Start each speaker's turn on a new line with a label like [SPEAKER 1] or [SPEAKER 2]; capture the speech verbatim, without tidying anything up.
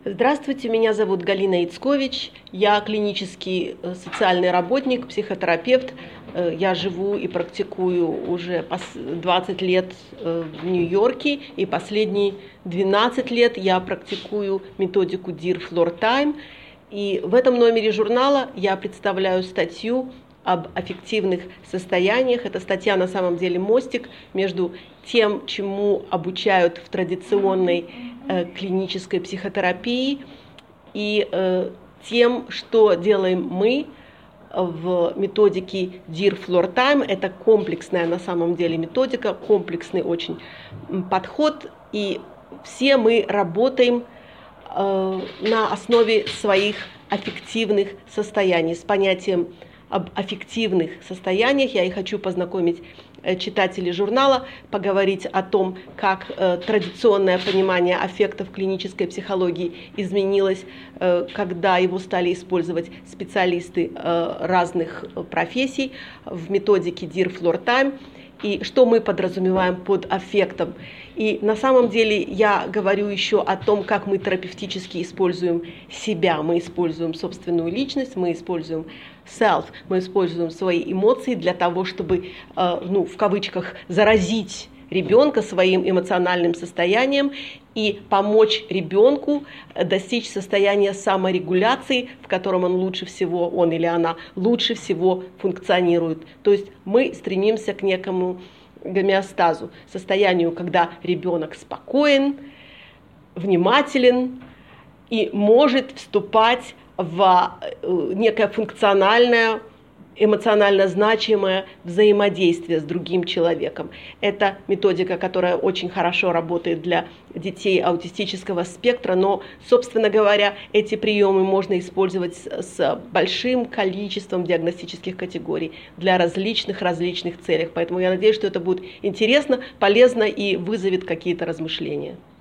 [SPEAKER 1] Здравствуйте, меня зовут Галина Яцкович, я клинический э, социальный работник, психотерапевт. Э, Я живу и практикую уже двадцать лет э, в Нью-Йорке, и последние двенадцать лет я практикую методику Dear Floor Time. И в этом номере журнала я представляю статью об аффективных состояниях. Эта статья на самом деле мостик между тем, чему обучают в традиционной э, клинической психотерапии, и э, тем, что делаем мы в методике Dear Floor Time. Это комплексная на самом деле методика, комплексный очень подход, и все мы работаем э, на основе своих аффективных состояний, с понятием об аффективных состояниях. Я и хочу познакомить читателей журнала, поговорить о том, как э, традиционное понимание аффектов в клинической психологии изменилось, э, когда его стали использовать специалисты э, разных профессий в методике Dear Floor Time, и что мы подразумеваем под аффектом. И на самом деле я говорю еще о том, как мы терапевтически используем себя. Мы используем собственную личность, мы используем self, мы используем свои эмоции для того, чтобы, ну, в кавычках, заразить ребенка своим эмоциональным состоянием и помочь ребенку достичь состояния саморегуляции, в котором он лучше всего, он или она лучше всего функционирует. То есть мы стремимся к некому гомеостазу, состоянию, когда ребенок спокоен, внимателен и может вступать в некое функциональное, эмоционально значимое взаимодействие с другим человеком. Это методика, которая очень хорошо работает для детей аутистического спектра, но, собственно говоря, эти приемы можно использовать с большим количеством диагностических категорий для различных-различных целей. Поэтому я надеюсь, что это будет интересно, полезно и вызовет какие-то размышления.